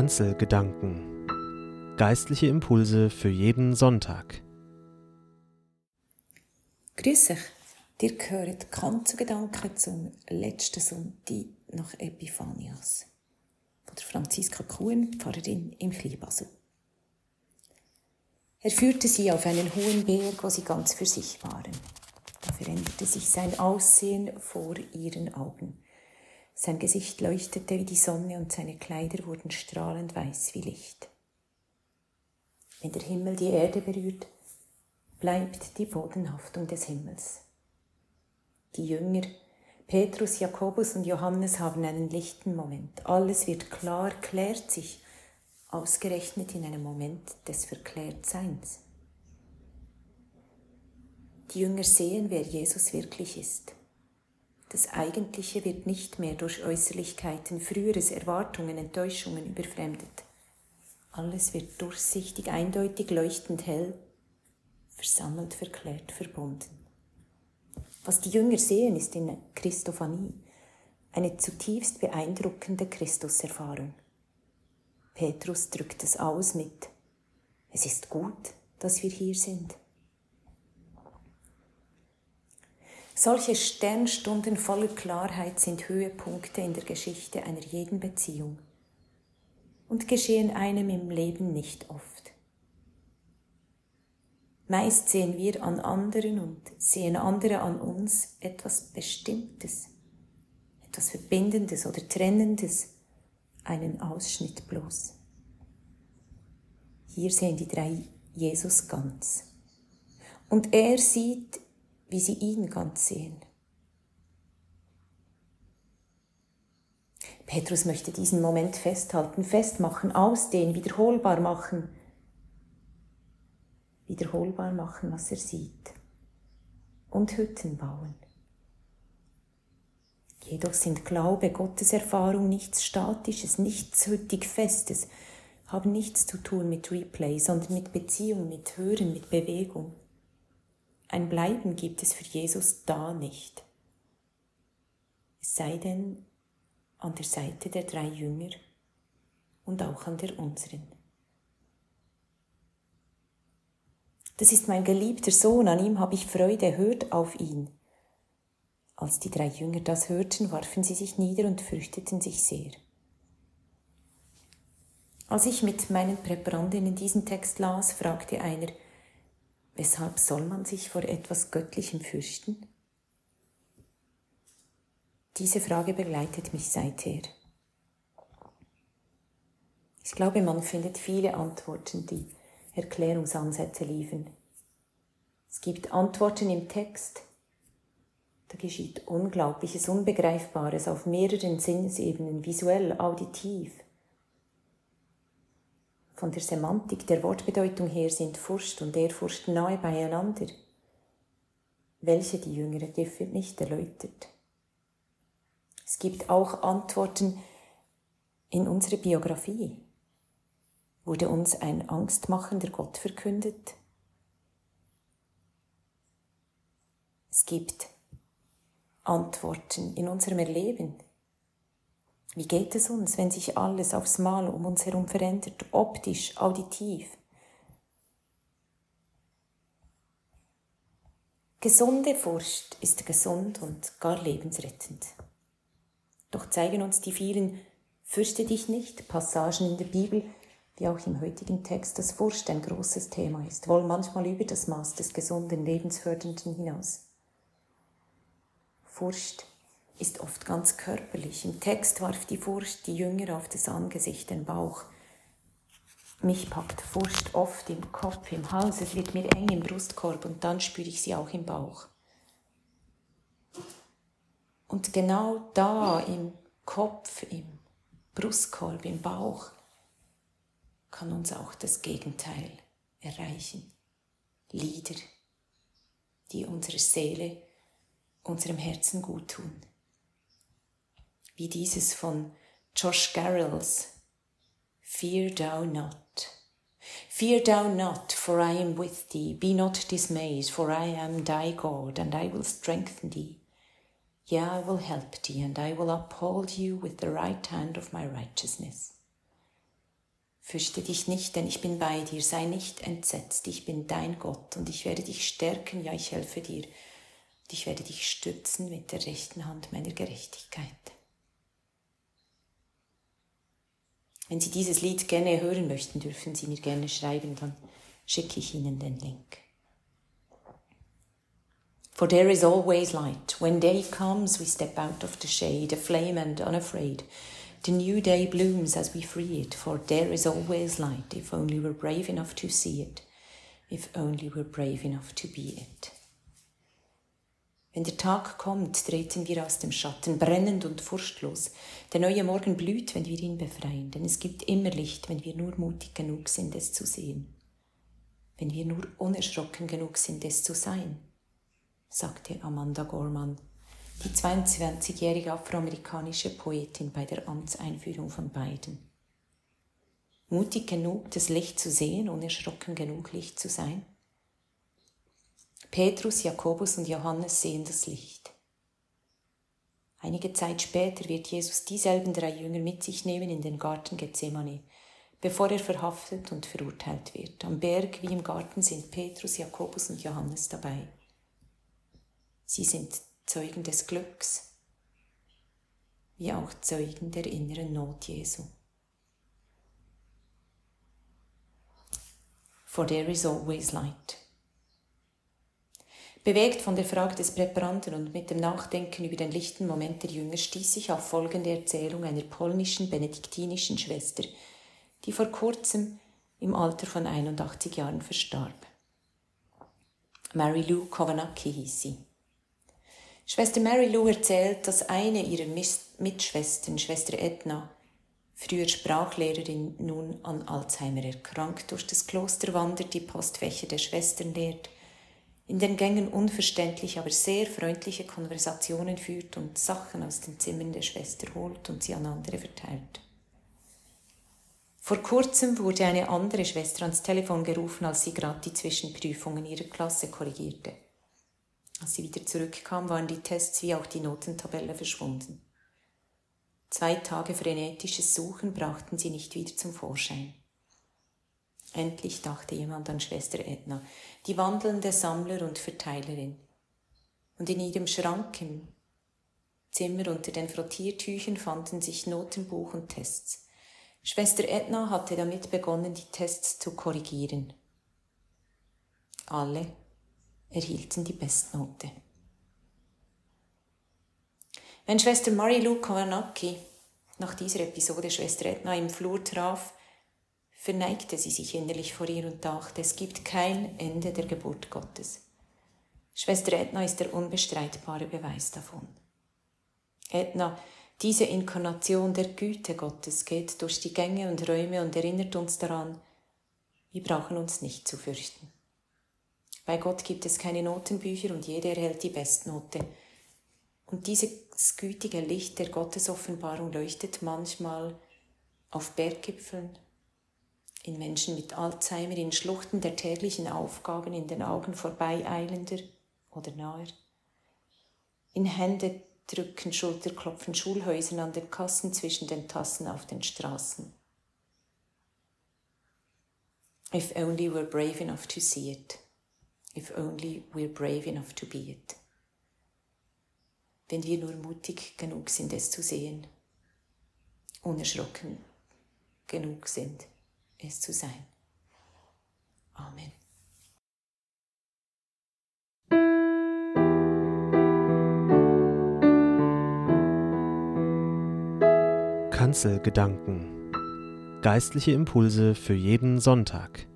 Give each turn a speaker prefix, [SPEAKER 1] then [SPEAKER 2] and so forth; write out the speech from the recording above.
[SPEAKER 1] Kanzelgedanken. Geistliche Impulse für jeden Sonntag.
[SPEAKER 2] Grüß euch, ihr gehört Kanzelgedanken zum letzten Sonntag nach Epiphanias von der Franziska Kuhn, Pfarrerin im Kleinbasel. Er führte sie auf einen hohen Berg, wo sie ganz für sich waren. Da veränderte sich sein Aussehen vor ihren Augen. Sein Gesicht leuchtete wie die Sonne und seine Kleider wurden strahlend weiß wie Licht. Wenn der Himmel die Erde berührt, bleibt die Bodenhaftung des Himmels. Die Jünger, Petrus, Jakobus und Johannes, haben einen lichten Moment. Alles wird klar, klärt sich, ausgerechnet in einem Moment des Verklärtseins. Die Jünger sehen, wer Jesus wirklich ist. Das Eigentliche wird nicht mehr durch Äußerlichkeiten, Früheres, Erwartungen, Enttäuschungen überfremdet. Alles wird durchsichtig, eindeutig, leuchtend hell, versammelt, verklärt, verbunden. Was die Jünger sehen, ist eine Christophanie, eine zutiefst beeindruckende Christuserfahrung. Petrus drückt es aus mit: Es ist gut, dass wir hier sind. Solche Sternstunden voller Klarheit sind Höhepunkte in der Geschichte einer jeden Beziehung und geschehen einem im Leben nicht oft. Meist sehen wir an anderen und sehen andere an uns etwas Bestimmtes, etwas Verbindendes oder Trennendes, einen Ausschnitt bloß. Hier sehen die drei Jesus ganz. Und er sieht, wie sie ihn ganz sehen. Petrus möchte diesen Moment festhalten, festmachen, ausdehnen, wiederholbar machen, was er sieht. Und Hütten bauen. Jedoch sind Glaube, Gotteserfahrung nichts Statisches, nichts hüttig Festes, haben nichts zu tun mit Replay, sondern mit Beziehung, mit Hören, mit Bewegung. Ein Bleiben gibt es für Jesus da nicht. Es sei denn an der Seite der drei Jünger und auch an der unseren. Das ist mein geliebter Sohn, an ihm habe ich Freude, hört auf ihn. Als die drei Jünger das hörten, warfen sie sich nieder und fürchteten sich sehr. Als ich mit meinen Präparandinnen diesen Text las, fragte einer: Weshalb soll man sich vor etwas Göttlichem fürchten? Diese Frage begleitet mich seither. Ich glaube, man findet viele Antworten, die Erklärungsansätze liefern. Es gibt Antworten im Text, da geschieht Unglaubliches, Unbegreifbares auf mehreren Sinnesebenen, visuell, auditiv. Von der Semantik, der Wortbedeutung her sind Furcht und Ehrfurcht nahe beieinander. Welche die Jüngere Gift wird nicht erläutert. Es gibt auch Antworten in unserer Biografie. Wurde uns ein angstmachender Gott verkündet? Es gibt Antworten in unserem Erleben. Wie geht es uns, wenn sich alles aufs Mal um uns herum verändert, optisch, auditiv? Gesunde Furcht ist gesund und gar lebensrettend. Doch zeigen uns die vielen "Fürchte dich nicht" Passagen in der Bibel, wie auch im heutigen Text, dass Furcht ein großes Thema ist, wohl manchmal über das Maß des gesunden, lebensfördernden hinaus. Furcht ist oft ganz körperlich. Im Text warf die Furcht die Jünger auf das Angesicht, den Bauch. Mich packt Furcht oft im Kopf, im Hals, es wird mir eng im Brustkorb und dann spüre ich sie auch im Bauch. Und genau da im Kopf, im Brustkorb, im Bauch kann uns auch das Gegenteil erreichen. Lieder, die unserer Seele, unserem Herzen gut tun. Wie dieses von Josh Garrels Fear thou not. Fear thou not, for I am with thee. Be not dismayed, for I am thy God, and I will strengthen thee. Yea, I will help thee, and I will uphold you with the right hand of my righteousness. Fürchte dich nicht, denn ich bin bei dir. Sei nicht entsetzt, ich bin dein Gott und ich werde dich stärken, ja, ich helfe dir. Und ich werde dich stützen mit der rechten Hand meiner Gerechtigkeit. Wenn Sie dieses Lied gerne hören möchten, dürfen Sie mir gerne schreiben, dann schicke ich Ihnen den Link. For there is always light. When day comes, we step out of the shade, aflame and unafraid. The new day blooms as we free it, for there is always light, if only we're brave enough to see it, if only we're brave enough to be it. Wenn der Tag kommt, treten wir aus dem Schatten, brennend und furchtlos. Der neue Morgen blüht, wenn wir ihn befreien, denn es gibt immer Licht, wenn wir nur mutig genug sind, es zu sehen. Wenn wir nur unerschrocken genug sind, es zu sein, sagte Amanda Gorman, die 22-jährige afroamerikanische Poetin bei der Amtseinführung von Biden. Mutig genug, das Licht zu sehen, unerschrocken genug, Licht zu sein? Petrus, Jakobus und Johannes sehen das Licht. Einige Zeit später wird Jesus dieselben 3 Jünger mit sich nehmen in den Garten Gethsemane, bevor er verhaftet und verurteilt wird. Am Berg wie im Garten sind Petrus, Jakobus und Johannes dabei. Sie sind Zeugen des Glücks, wie auch Zeugen der inneren Not Jesu. For there is always light. Bewegt von der Frage des Präparanten und mit dem Nachdenken über den lichten Moment der Jünger stieß ich auf folgende Erzählung einer polnischen benediktinischen Schwester, die vor kurzem im Alter von 81 Jahren verstarb. Mary Lou Kovanacki hieß sie. Schwester Mary Lou erzählt, dass eine ihrer Mitschwestern, Schwester Edna, früher Sprachlehrerin, nun an Alzheimer erkrankt, durch das Kloster wandert, die Postfächer der Schwestern leert, in den Gängen unverständlich, aber sehr freundliche Konversationen führt und Sachen aus den Zimmern der Schwester holt und sie an andere verteilt. Vor kurzem wurde eine andere Schwester ans Telefon gerufen, als sie gerade die Zwischenprüfungen ihrer Klasse korrigierte. Als sie wieder zurückkam, waren die Tests wie auch die Notentabelle verschwunden. 2 Tage frenetisches Suchen brachten sie nicht wieder zum Vorschein. Endlich dachte jemand an Schwester Edna, die wandelnde Sammler- und Verteilerin. Und in ihrem Schrank im Zimmer unter den Frottiertüchern fanden sich Notenbuch und Tests. Schwester Edna hatte damit begonnen, die Tests zu korrigieren. Alle erhielten die Bestnote. Wenn Schwester Mary-Lou Kovanacki nach dieser Episode Schwester Edna im Flur traf, verneigte sie sich innerlich vor ihr und dachte, es gibt kein Ende der Geburt Gottes. Schwester Edna ist der unbestreitbare Beweis davon. Edna, diese Inkarnation der Güte Gottes, geht durch die Gänge und Räume und erinnert uns daran, wir brauchen uns nicht zu fürchten. Bei Gott gibt es keine Notenbücher und jeder erhält die Bestnote. Und dieses gütige Licht der Gottesoffenbarung leuchtet manchmal auf Berggipfeln, in Menschen mit Alzheimer, in Schluchten der täglichen Aufgaben, in den Augen vorbeieilender oder naher, in Händedrücken, Schulterklopfen, Schulhäusern, an den Kassen, zwischen den Tassen auf den Straßen. If only we're brave enough to see it. If only we're brave enough to be it. Wenn wir nur mutig genug sind, es zu sehen, unerschrocken genug sind, es zu sein. Amen.
[SPEAKER 1] Kanzelgedanken. Geistliche Impulse für jeden Sonntag.